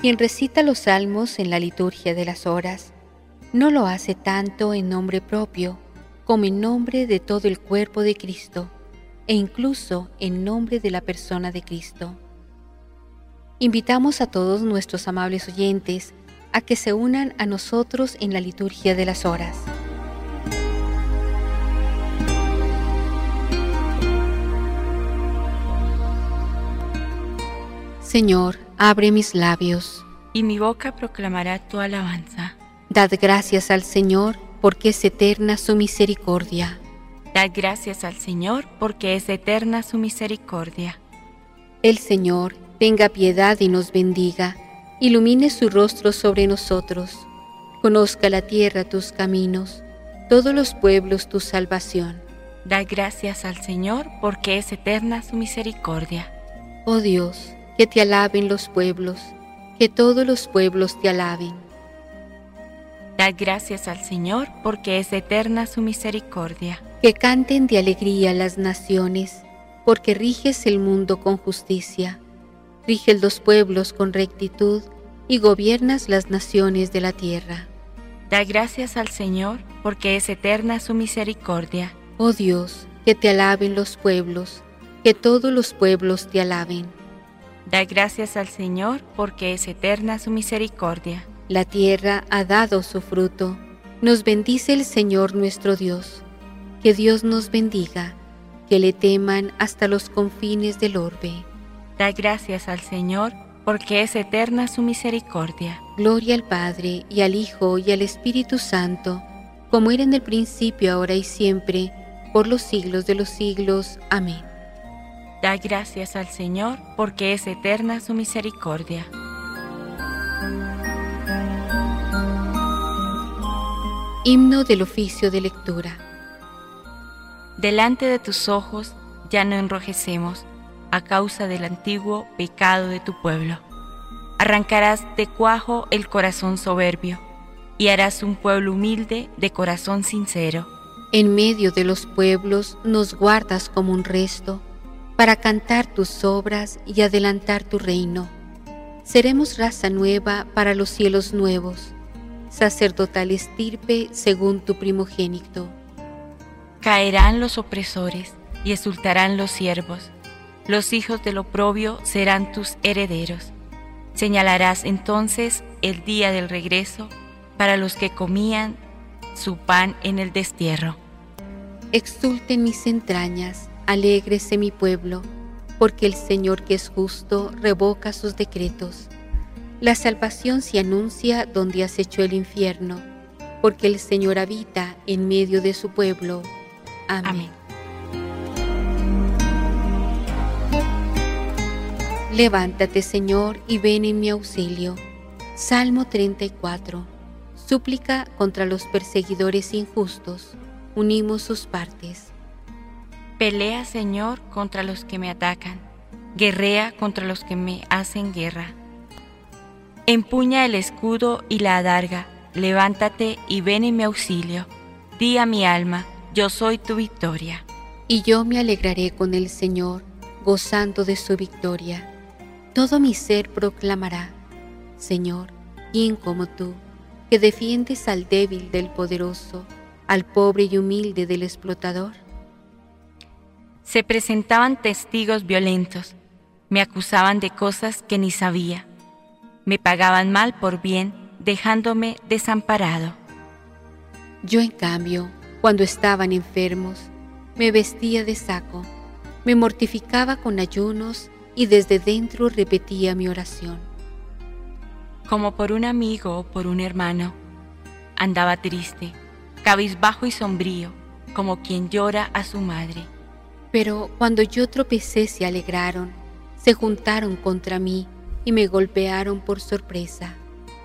Quien recita los salmos en la liturgia de las horas, no lo hace tanto en nombre propio como en nombre de todo el cuerpo de Cristo e incluso en nombre de la persona de Cristo. Invitamos a todos nuestros amables oyentes a que se unan a nosotros en la liturgia de las horas. Señor, abre mis labios, y mi boca proclamará tu alabanza. Dad gracias al Señor, porque es eterna su misericordia. Dad gracias al Señor, porque es eterna su misericordia. El Señor tenga piedad y nos bendiga, ilumine su rostro sobre nosotros. Conozca la tierra tus caminos, todos los pueblos tu salvación. Dad gracias al Señor, porque es eterna su misericordia. Oh Dios, que te alaben los pueblos, que todos los pueblos te alaben. Dad gracias al Señor, porque es eterna su misericordia. Que canten de alegría las naciones, porque riges el mundo con justicia. Riges los pueblos con rectitud y gobiernas las naciones de la tierra. Dad gracias al Señor, porque es eterna su misericordia. Oh Dios, que te alaben los pueblos, que todos los pueblos te alaben. Dad gracias al Señor, porque es eterna su misericordia. La tierra ha dado su fruto. Nos bendice el Señor nuestro Dios. Que Dios nos bendiga, que le teman hasta los confines del orbe. Dad gracias al Señor, porque es eterna su misericordia. Gloria al Padre, y al Hijo, y al Espíritu Santo, como era en el principio, ahora y siempre, por los siglos de los siglos. Amén. Dad gracias al Señor, porque es eterna su misericordia. Himno del oficio de lectura. Delante de tus ojos ya no enrojecemos a causa del antiguo pecado de tu pueblo. Arrancarás de cuajo el corazón soberbio y harás un pueblo humilde de corazón sincero. En medio de los pueblos nos guardas como un resto, para cantar tus obras y adelantar tu reino. Seremos raza nueva para los cielos nuevos, sacerdotal estirpe según tu primogénito. Caerán los opresores y exultarán los siervos. Los hijos del oprobio serán tus herederos. Señalarás entonces el día del regreso para los que comían su pan en el destierro. Exulten mis entrañas, alégrese mi pueblo, porque el Señor que es justo revoca sus decretos. La salvación se anuncia donde acechó el infierno, porque el Señor habita en medio de su pueblo. Amén. Amén. Levántate, Señor, y ven en mi auxilio. Salmo 34. Súplica contra los perseguidores injustos. Unimos sus partes. Pelea, Señor, contra los que me atacan. Guerrea contra los que me hacen guerra. Empuña el escudo y la adarga. Levántate y ven en mi auxilio. Di a mi alma, yo soy tu victoria. Y yo me alegraré con el Señor, gozando de su victoria. Todo mi ser proclamará: Señor, ¿quién como tú, que defiendes al débil del poderoso, al pobre y humilde del explotador? Se presentaban testigos violentos, me acusaban de cosas que ni sabía. Me pagaban mal por bien, dejándome desamparado. Yo, en cambio, cuando estaban enfermos, me vestía de saco, me mortificaba con ayunos y desde dentro repetía mi oración. Como por un amigo o por un hermano, andaba triste, cabizbajo y sombrío, como quien llora a su madre. Pero cuando yo tropecé se alegraron, se juntaron contra mí y me golpearon por sorpresa.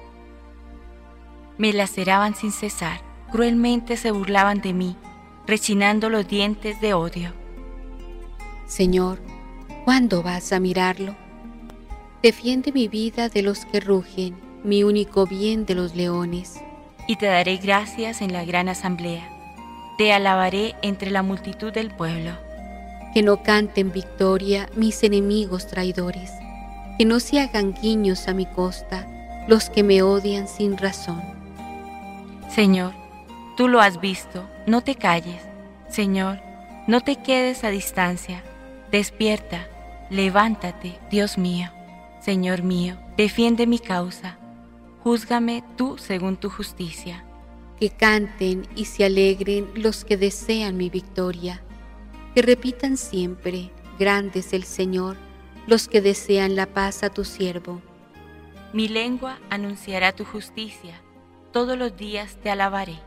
Me laceraban sin cesar, cruelmente se burlaban de mí, rechinando los dientes de odio. Señor, ¿cuándo vas a mirarlo? Defiende mi vida de los que rugen, mi único bien de los leones. Y te daré gracias en la gran asamblea, te alabaré entre la multitud del pueblo. Que no canten victoria mis enemigos traidores, que no se hagan guiños a mi costa los que me odian sin razón. Señor, tú lo has visto, no te calles. Señor, no te quedes a distancia. Despierta, levántate, Dios mío. Señor mío, defiende mi causa. Júzgame tú según tu justicia. Que canten y se alegren los que desean mi victoria. Que repitan siempre, grande es el Señor, los que desean la paz a tu siervo. Mi lengua anunciará tu justicia, todos los días te alabaré.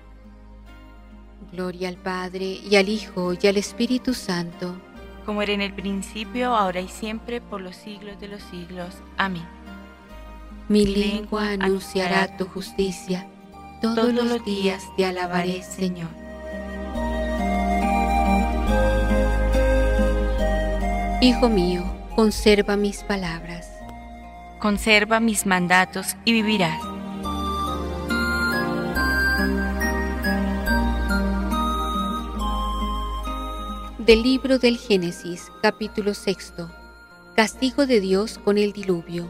Gloria al Padre, y al Hijo, y al Espíritu Santo. Como era en el principio, ahora y siempre, por los siglos de los siglos. Amén. Mi lengua anunciará tu justicia, todos los días te alabaré, Señor. Hijo mío, conserva mis palabras. Conserva mis mandatos y vivirás. Del libro del Génesis, capítulo 6. Castigo de Dios con el diluvio.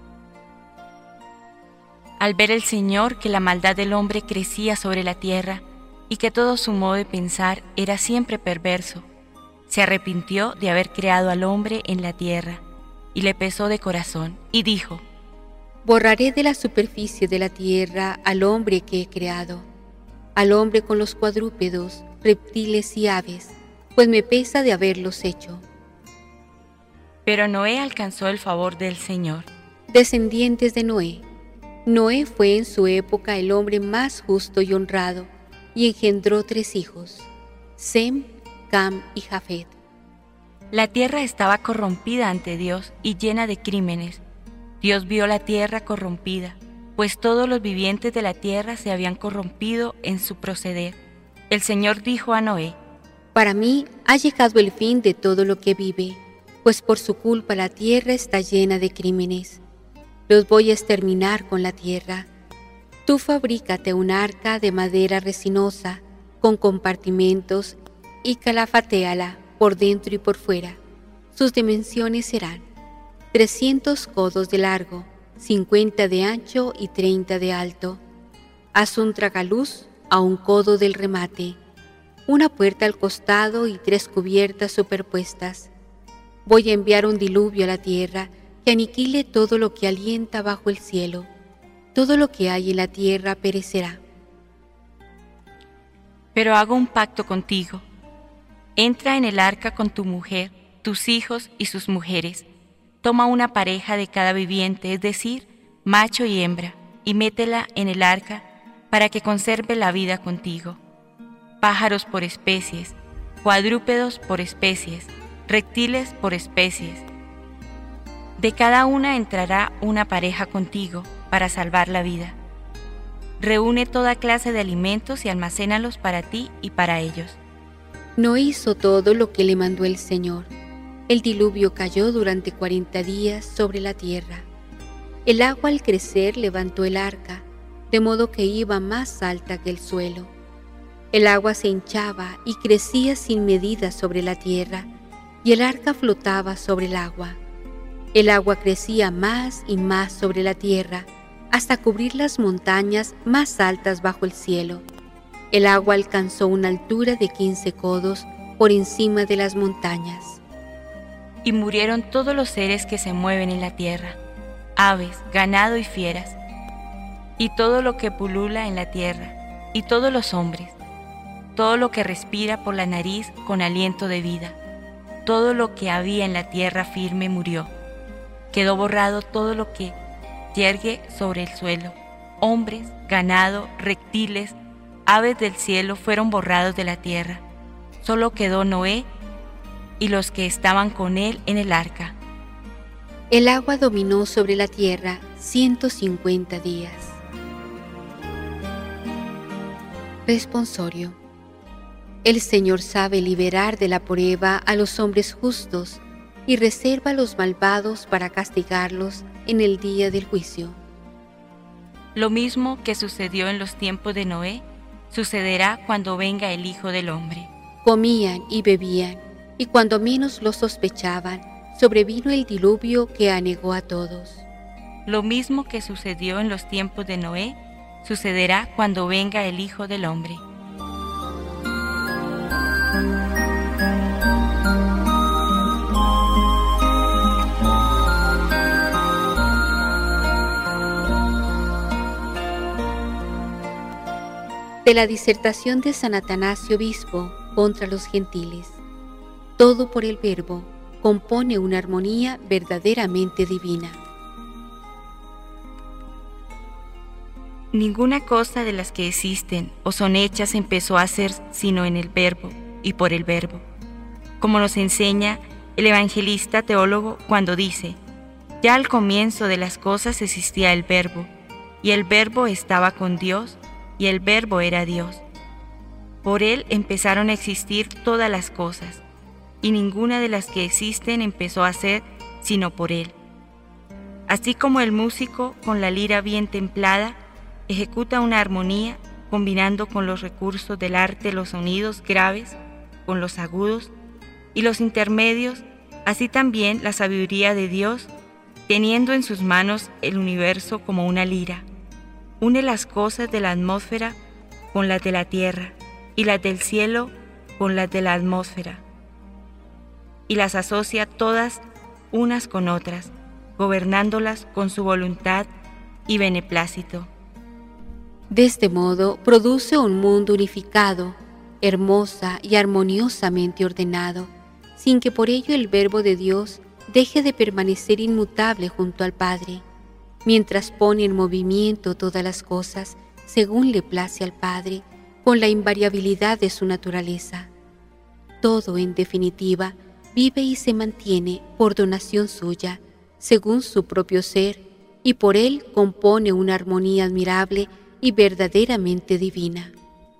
Al ver el Señor que la maldad del hombre crecía sobre la tierra y que todo su modo de pensar era siempre perverso, se arrepintió de haber creado al hombre en la tierra y le pesó de corazón y dijo: Borraré de la superficie de la tierra al hombre que he creado, al hombre con los cuadrúpedos, reptiles y aves, pues me pesa de haberlos hecho. Pero Noé alcanzó el favor del Señor. Descendientes de Noé. Noé fue en su época el hombre más justo y honrado, y engendró 3 hijos, Sem, Cam y Jafet. La tierra estaba corrompida ante Dios y llena de crímenes. Dios vio la tierra corrompida, pues todos los vivientes de la tierra se habían corrompido en su proceder. El Señor dijo a Noé: Para mí ha llegado el fin de todo lo que vive, pues por su culpa la tierra está llena de crímenes. Los voy a exterminar con la tierra. Tú fabrícate un arca de madera resinosa, con compartimentos, y calafetéala por dentro y por fuera. Sus dimensiones serán 300 codos de largo, 50 de ancho y 30 de alto. Haz un tragaluz a 1 codo del remate, una puerta al costado y 3 cubiertas superpuestas. Voy a enviar un diluvio a la tierra que aniquile todo lo que alienta bajo el cielo. Todo lo que hay en la tierra perecerá. Pero hago un pacto contigo. Entra en el arca con tu mujer, tus hijos y sus mujeres. Toma una pareja de cada viviente, es decir, macho y hembra, y métela en el arca para que conserve la vida contigo. Pájaros por especies, cuadrúpedos por especies, reptiles por especies. De cada una entrará una pareja contigo para salvar la vida. Reúne toda clase de alimentos y almacénalos para ti y para ellos. No hizo todo lo que le mandó el Señor. El diluvio cayó durante 40 días sobre la tierra. El agua al crecer levantó el arca, de modo que iba más alta que el suelo. El agua se hinchaba y crecía sin medida sobre la tierra, y el arca flotaba sobre el agua. El agua crecía más y más sobre la tierra, hasta cubrir las montañas más altas bajo el cielo. El agua alcanzó una altura de 15 codos por encima de las montañas. Y murieron todos los seres que se mueven en la tierra, aves, ganado y fieras, y todo lo que pulula en la tierra, y todos los hombres, todo lo que respira por la nariz con aliento de vida. Todo lo que había en la tierra firme murió. Quedó borrado todo lo que yergue sobre el suelo. Hombres, ganado, reptiles, aves del cielo fueron borrados de la tierra. Solo quedó Noé y los que estaban con él en el arca. El agua dominó sobre la tierra 150 días. Responsorio. El Señor sabe liberar de la prueba a los hombres justos y reserva a los malvados para castigarlos en el día del juicio. Lo mismo que sucedió en los tiempos de Noé, sucederá cuando venga el Hijo del Hombre. Comían y bebían, y cuando menos lo sospechaban, sobrevino el diluvio que anegó a todos. Lo mismo que sucedió en los tiempos de Noé, sucederá cuando venga el Hijo del Hombre. De la disertación de San Atanasio Obispo contra los gentiles. Todo por el Verbo compone una armonía verdaderamente divina. Ninguna cosa de las que existen o son hechas empezó a ser sino en el Verbo y por el Verbo, como nos enseña el evangelista teólogo cuando dice: ya al comienzo de las cosas existía el Verbo, y el Verbo estaba con Dios, y el Verbo era Dios. Por él empezaron a existir todas las cosas, y ninguna de las que existen empezó a ser sino por él. Así como el músico con la lira bien templada ejecuta una armonía combinando con los recursos del arte los sonidos graves con los agudos y los intermedios, así también la sabiduría de Dios, teniendo en sus manos el universo como una lira, une las cosas de la atmósfera con las de la tierra y las del cielo con las de la atmósfera, y las asocia todas unas con otras, gobernándolas con su voluntad y beneplácito. De este modo produce un mundo unificado, hermosa y armoniosamente ordenado, sin que por ello el Verbo de Dios deje de permanecer inmutable junto al Padre, mientras pone en movimiento todas las cosas según le place al Padre, con la invariabilidad de su naturaleza. Todo, en definitiva, vive y se mantiene por donación suya, según su propio ser, y por él compone una armonía admirable y verdaderamente divina.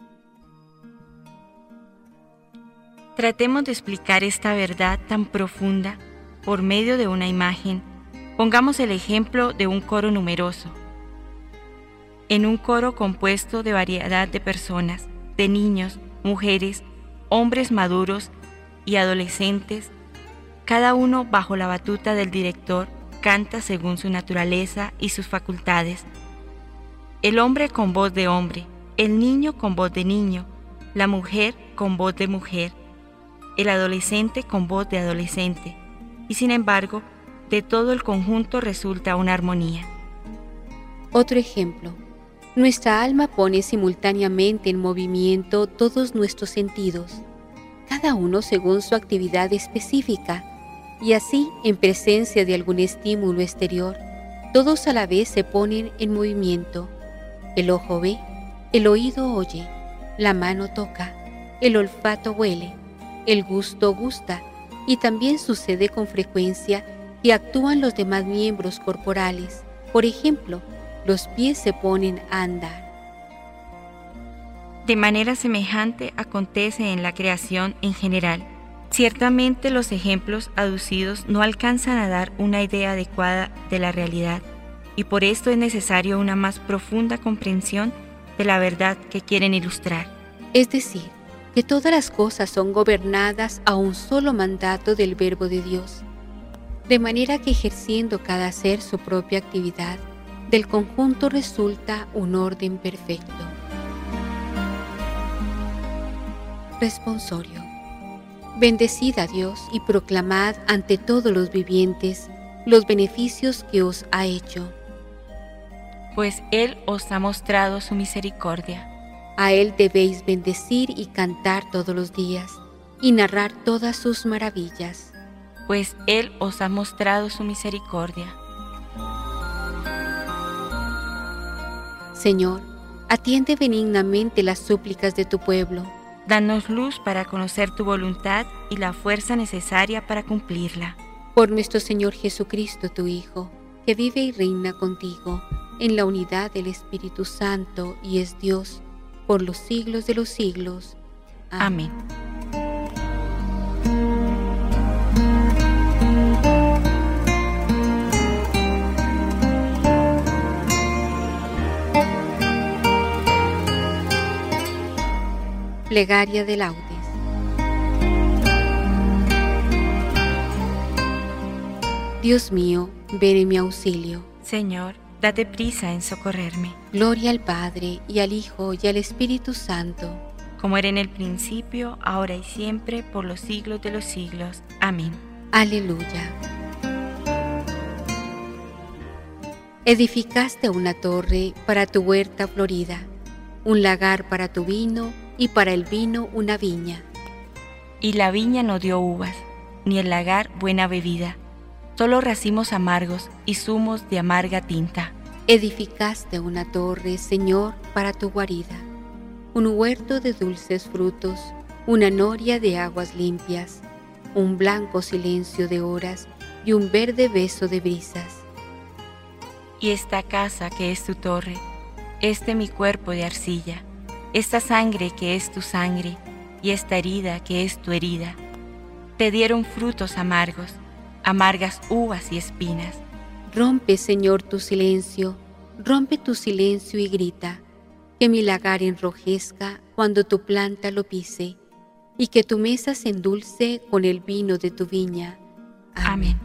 Tratemos de explicar esta verdad tan profunda por medio de una imagen. Pongamos el ejemplo de un coro numeroso. En un coro compuesto de variedad de personas, de niños, mujeres, hombres maduros y adolescentes, cada uno bajo la batuta del director canta según su naturaleza y sus facultades. El hombre con voz de hombre, el niño con voz de niño, la mujer con voz de mujer, el adolescente con voz de adolescente, y sin embargo, de todo el conjunto resulta una armonía. Otro ejemplo. Nuestra alma pone simultáneamente en movimiento todos nuestros sentidos, cada uno según su actividad específica, y así, en presencia de algún estímulo exterior, todos a la vez se ponen en movimiento. El ojo ve, el oído oye, la mano toca, el olfato huele, el gusto gusta, y también sucede con frecuencia que actúan los demás miembros corporales. Por ejemplo, los pies se ponen a andar. De manera semejante acontece en la creación en general. Ciertamente los ejemplos aducidos no alcanzan a dar una idea adecuada de la realidad, y por esto es necesario una más profunda comprensión de la verdad que quieren ilustrar. Es decir, que todas las cosas son gobernadas a un solo mandato del Verbo de Dios, de manera que ejerciendo cada ser su propia actividad, del conjunto resulta un orden perfecto. Responsorio. Bendecid a Dios y proclamad ante todos los vivientes los beneficios que os ha hecho. Pues Él os ha mostrado su misericordia. A Él debéis bendecir y cantar todos los días, y narrar todas sus maravillas. Pues Él os ha mostrado su misericordia. Señor, atiende benignamente las súplicas de tu pueblo. Danos luz para conocer tu voluntad y la fuerza necesaria para cumplirla. Por nuestro Señor Jesucristo, tu Hijo, que vive y reina contigo, en la unidad del Espíritu Santo y es Dios, por los siglos de los siglos. Amén. Plegaria de Laudes. Dios mío, ven en mi auxilio. Señor, date prisa en socorrerme. Gloria al Padre, y al Hijo, y al Espíritu Santo. Como era en el principio, ahora y siempre, por los siglos de los siglos. Amén. Aleluya. Edificaste una torre para tu huerta florida, un lagar para tu vino, y para el vino una viña. Y la viña no dio uvas, ni el lagar buena bebida, solo racimos amargos y zumos de amarga tinta. Edificaste una torre, Señor, para tu guarida, un huerto de dulces frutos, una noria de aguas limpias, un blanco silencio de horas y un verde beso de brisas. Y esta casa que es tu torre, este mi cuerpo de arcilla, esta sangre que es tu sangre, y esta herida que es tu herida, te dieron frutos amargos, amargas uvas y espinas. Rompe, Señor, tu silencio y grita, que mi lagar enrojezca cuando tu planta lo pise, y que tu mesa se endulce con el vino de tu viña. Amén.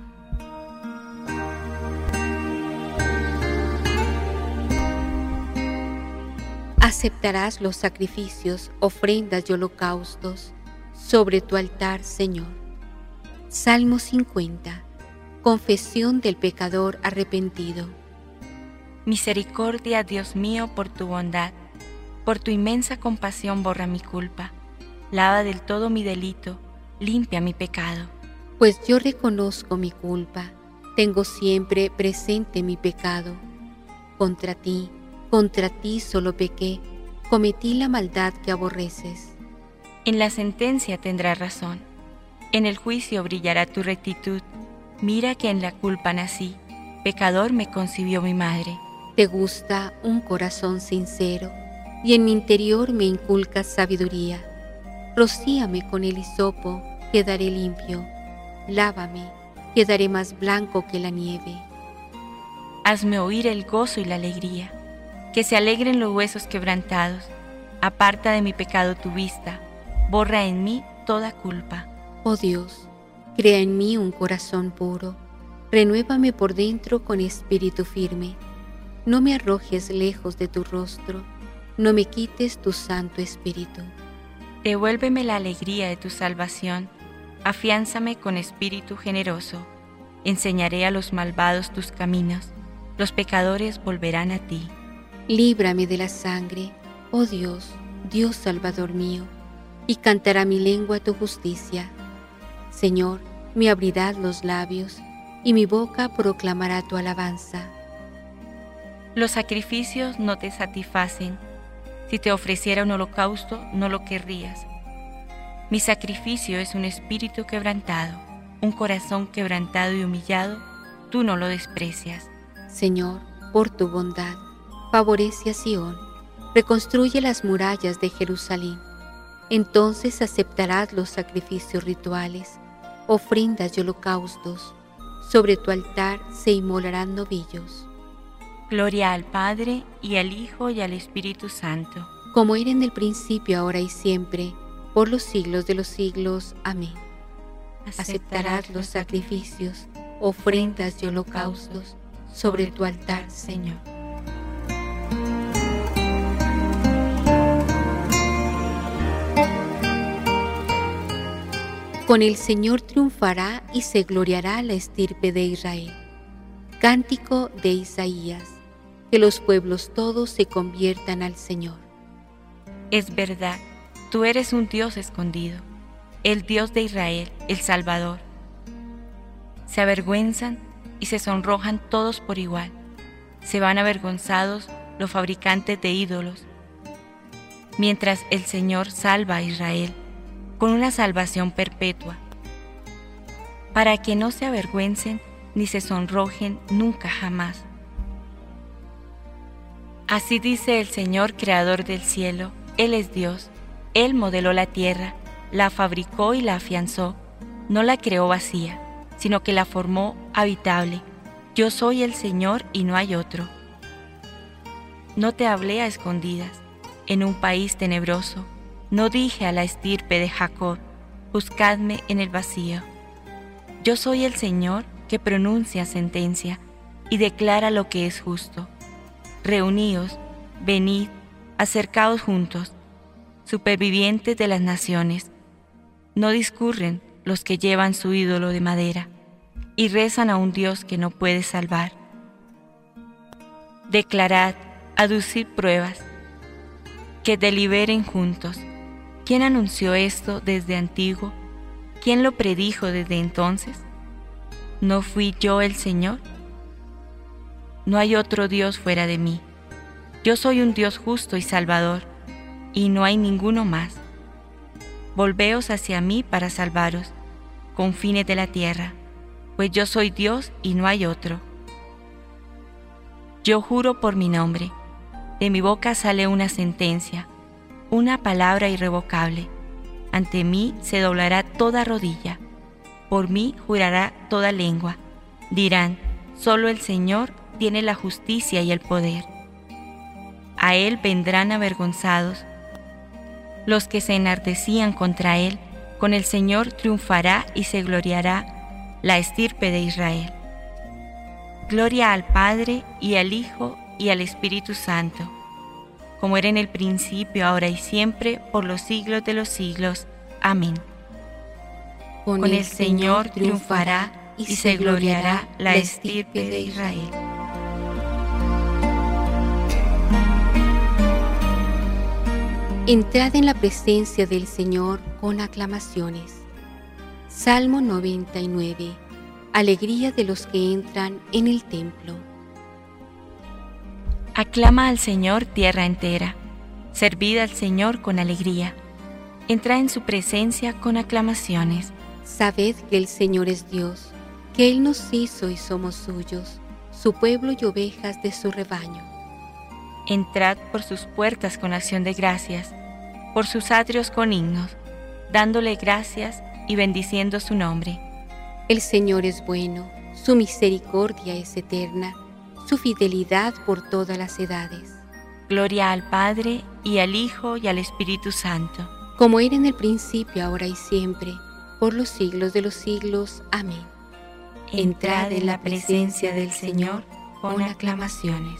Aceptarás los sacrificios, ofrendas y holocaustos sobre tu altar, Señor. Salmo 50. Confesión del pecador arrepentido. Misericordia, Dios mío, por tu bondad, por tu inmensa compasión borra mi culpa, lava del todo mi delito, limpia mi pecado. Pues yo reconozco mi culpa, tengo siempre presente mi pecado. Contra ti solo pequé, cometí la maldad que aborreces. En la sentencia tendrás razón, en el juicio brillará tu rectitud. Mira que en la culpa nací, pecador me concibió mi madre. Te gusta un corazón sincero, y en mi interior me inculcas sabiduría. Rocíame con el hisopo, quedaré limpio. Lávame, quedaré más blanco que la nieve. Hazme oír el gozo y la alegría, que se alegren los huesos quebrantados. Aparta de mi pecado tu vista, borra en mí toda culpa. Oh Dios, crea en mí un corazón puro, renuévame por dentro con espíritu firme. No me arrojes lejos de tu rostro, no me quites tu Santo Espíritu. Devuélveme la alegría de tu salvación, afiánzame con espíritu generoso. Enseñaré a los malvados tus caminos, los pecadores volverán a ti. Líbrame de la sangre, oh Dios, Dios Salvador mío, y cantará mi lengua tu justicia. Señor, me abrirás los labios, y mi boca proclamará tu alabanza. Los sacrificios no te satisfacen. Si te ofreciera un holocausto, no lo querrías. Mi sacrificio es un espíritu quebrantado, un corazón quebrantado y humillado, tú no lo desprecias. Señor, por tu bondad, favorece a Sión, reconstruye las murallas de Jerusalén. Entonces aceptarás los sacrificios rituales, ofrendas y holocaustos. Sobre tu altar se inmolarán novillos. Gloria al Padre, y al Hijo, y al Espíritu Santo. Como era en el principio, ahora y siempre, por los siglos de los siglos. Amén. Aceptarás los sacrificios, ofrendas y holocaustos sobre tu altar, Señor. Con el Señor triunfará y se gloriará la estirpe de Israel. Cántico de Isaías. Que los pueblos todos se conviertan al Señor. Es verdad, tú eres un Dios escondido, el Dios de Israel, el Salvador. Se avergüenzan y se sonrojan todos por igual. Se van avergonzados los fabricantes de ídolos, mientras el Señor salva a Israel con una salvación perpetua, para que no se avergüencen ni se sonrojen nunca jamás. Así dice el Señor, creador del cielo. Él es Dios, Él modeló la tierra, la fabricó y la afianzó. No la creó vacía, sino que la formó habitable. Yo soy el Señor y no hay otro. No te hablé a escondidas, en un país tenebroso. No dije a la estirpe de Jacob, buscadme en el vacío. Yo soy el Señor que pronuncia sentencia y declara lo que es justo. Reuníos, venid, acercaos juntos, supervivientes de las naciones. No discurren los que llevan su ídolo de madera y rezan a un Dios que no puede salvar. Declarad, aducid pruebas, que deliberen juntos. ¿Quién anunció esto desde antiguo? ¿Quién lo predijo desde entonces? ¿No fui yo el Señor? No hay otro Dios fuera de mí. Yo soy un Dios justo y salvador, y no hay ninguno más. Volveos hacia mí para salvaros, confines de la tierra, pues yo soy Dios y no hay otro. Yo juro por mi nombre, de mi boca sale una sentencia, una palabra irrevocable. Ante mí se doblará toda rodilla, por mí jurará toda lengua. Dirán, solo el Señor tiene la justicia y el poder. A Él vendrán avergonzados los que se enardecían contra Él. Con el Señor triunfará y se gloriará la estirpe de Israel. Gloria al Padre, y al Hijo, y al Espíritu Santo, como era en el principio, ahora y siempre, por los siglos de los siglos. Amén. Con el Señor triunfará y se gloriará la estirpe de Israel. Entrad en la presencia del Señor con aclamaciones. Salmo 99. Alegría de los que entran en el templo. Aclama al Señor tierra entera. Servid al Señor con alegría. Entrad en su presencia con aclamaciones. Sabed que el Señor es Dios, que Él nos hizo y somos suyos, su pueblo y ovejas de su rebaño. Entrad por sus puertas con acción de gracias, por sus atrios con himnos, dándole gracias y bendiciendo su nombre. El Señor es bueno, su misericordia es eterna, su fidelidad por todas las edades. Gloria al Padre, y al Hijo, y al Espíritu Santo. Como era en el principio, ahora y siempre, por los siglos de los siglos. Amén. Entrad en la presencia del Señor con aclamaciones.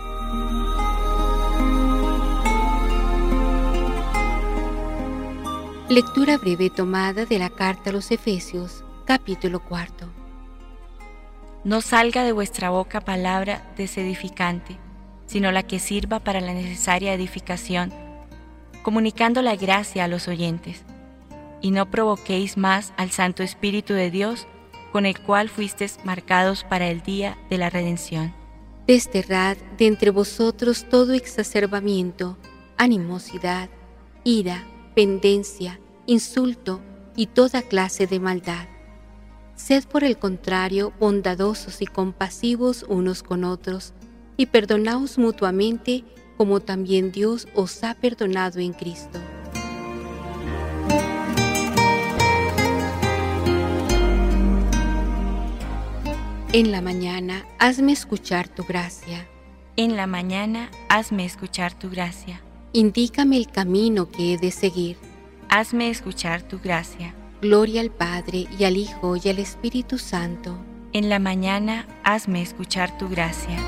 Lectura breve tomada de la carta a los Efesios, capítulo 4. No salga de vuestra boca palabra desedificante, sino la que sirva para la necesaria edificación, comunicando la gracia a los oyentes. Y no provoquéis más al Santo Espíritu de Dios, con el cual fuisteis marcados para el día de la redención. Desterrad de entre vosotros todo exacerbamiento, animosidad, ira, pendencia, insulto y toda clase de maldad. Sed por el contrario bondadosos y compasivos unos con otros, y perdonaos mutuamente como también Dios os ha perdonado en Cristo. En la mañana, hazme escuchar tu gracia. En la mañana, hazme escuchar tu gracia. Indícame el camino que he de seguir. Hazme escuchar tu gracia. Gloria al Padre, y al Hijo, y al Espíritu Santo. En la mañana, hazme escuchar tu gracia.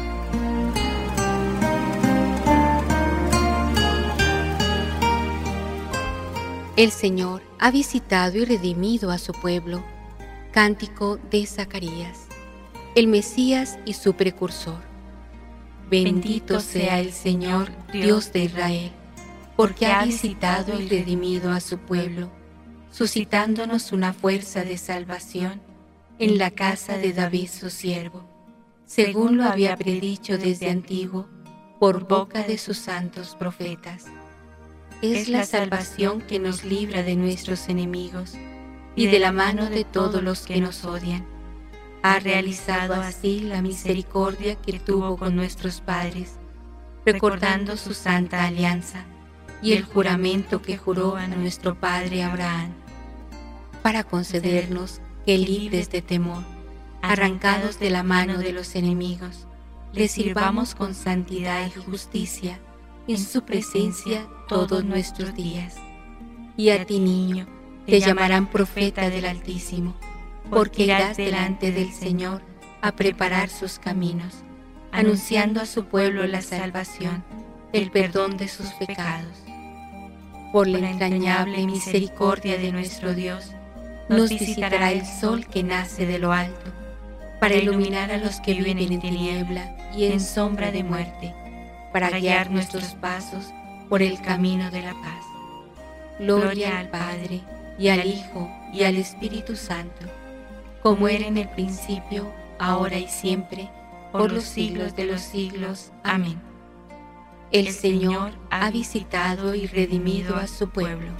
El Señor ha visitado y redimido a su pueblo. Cántico de Zacarías. El Mesías y su precursor. Bendito sea el Señor, Dios de Israel, porque ha visitado y redimido a su pueblo, suscitándonos una fuerza de salvación en la casa de David su siervo, según lo había predicho desde antiguo, por boca de sus santos profetas. Es la salvación que nos libra de nuestros enemigos y de la mano de todos los que nos odian. Ha realizado así la misericordia que tuvo con nuestros padres, recordando su santa alianza y el juramento que juró a nuestro padre Abraham, para concedernos que libres de temor, arrancados de la mano de los enemigos, le sirvamos con santidad y justicia en su presencia todos nuestros días. Y a ti, niño, te llamarán profeta del Altísimo, porque irás delante del Señor a preparar sus caminos, anunciando a su pueblo la salvación, el perdón de sus pecados. Por la entrañable misericordia de nuestro Dios, nos visitará el sol que nace de lo alto, para iluminar a los que viven en tiniebla y en sombra de muerte, para guiar nuestros pasos por el camino de la paz. Gloria al Padre, y al Hijo, y al Espíritu Santo, como era en el principio, ahora y siempre, por los siglos de los siglos. Amén. El Señor ha visitado y redimido a su pueblo.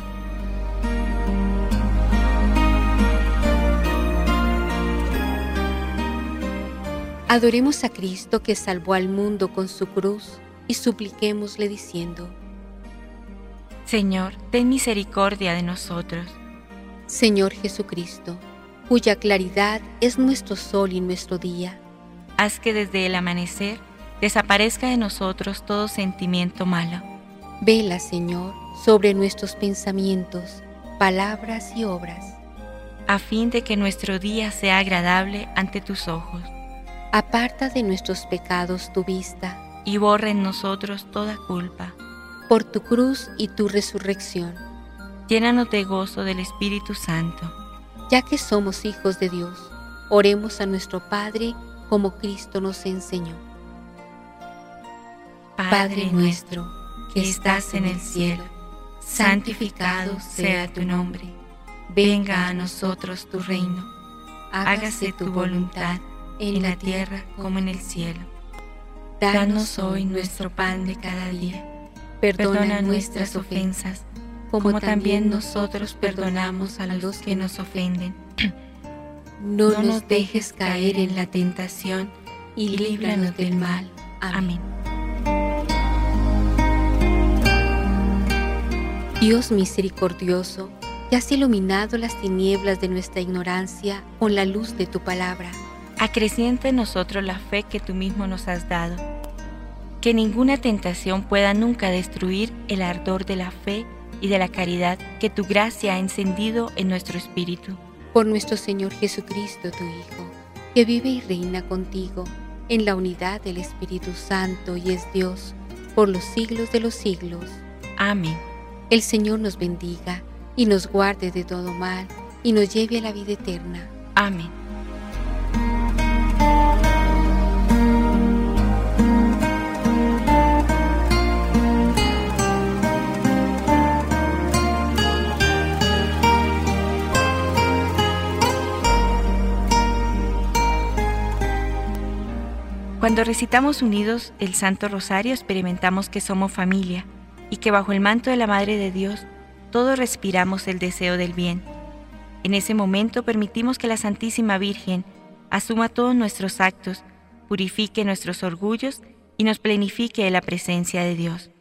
Adoremos a Cristo que salvó al mundo con su cruz y supliquémosle diciendo: Señor, ten misericordia de nosotros. Señor Jesucristo, cuya claridad es nuestro sol y nuestro día, haz que desde el amanecer desaparezca de nosotros todo sentimiento malo. Vela, Señor, sobre nuestros pensamientos, palabras y obras, a fin de que nuestro día sea agradable ante tus ojos. Aparta de nuestros pecados tu vista, y borra en nosotros toda culpa. Por tu cruz y tu resurrección, llénanos de gozo del Espíritu Santo. Ya que somos hijos de Dios, oremos a nuestro Padre como Cristo nos enseñó. Padre nuestro, que estás en el cielo, santificado sea tu nombre. Venga a nosotros tu reino. Hágase tu voluntad en la tierra como en el cielo. Danos hoy nuestro pan de cada día. Perdona nuestras ofensas, como también nosotros perdonamos a los que nos ofenden. No nos dejes caer en la tentación y líbranos del mal. Amén. Dios misericordioso, que has iluminado las tinieblas de nuestra ignorancia con la luz de tu palabra, acrecienta en nosotros la fe que tú mismo nos has dado. Que ninguna tentación pueda nunca destruir el ardor de la fe y de la caridad que tu gracia ha encendido en nuestro espíritu. Por nuestro Señor Jesucristo, tu Hijo, que vive y reina contigo en la unidad del Espíritu Santo y es Dios por los siglos de los siglos. Amén. El Señor nos bendiga y nos guarde de todo mal y nos lleve a la vida eterna. Amén. Cuando recitamos unidos el Santo Rosario, experimentamos que somos familia y que bajo el manto de la Madre de Dios todos respiramos el deseo del bien. En ese momento permitimos que la Santísima Virgen asuma todos nuestros actos, purifique nuestros orgullos y nos plenifique de la presencia de Dios.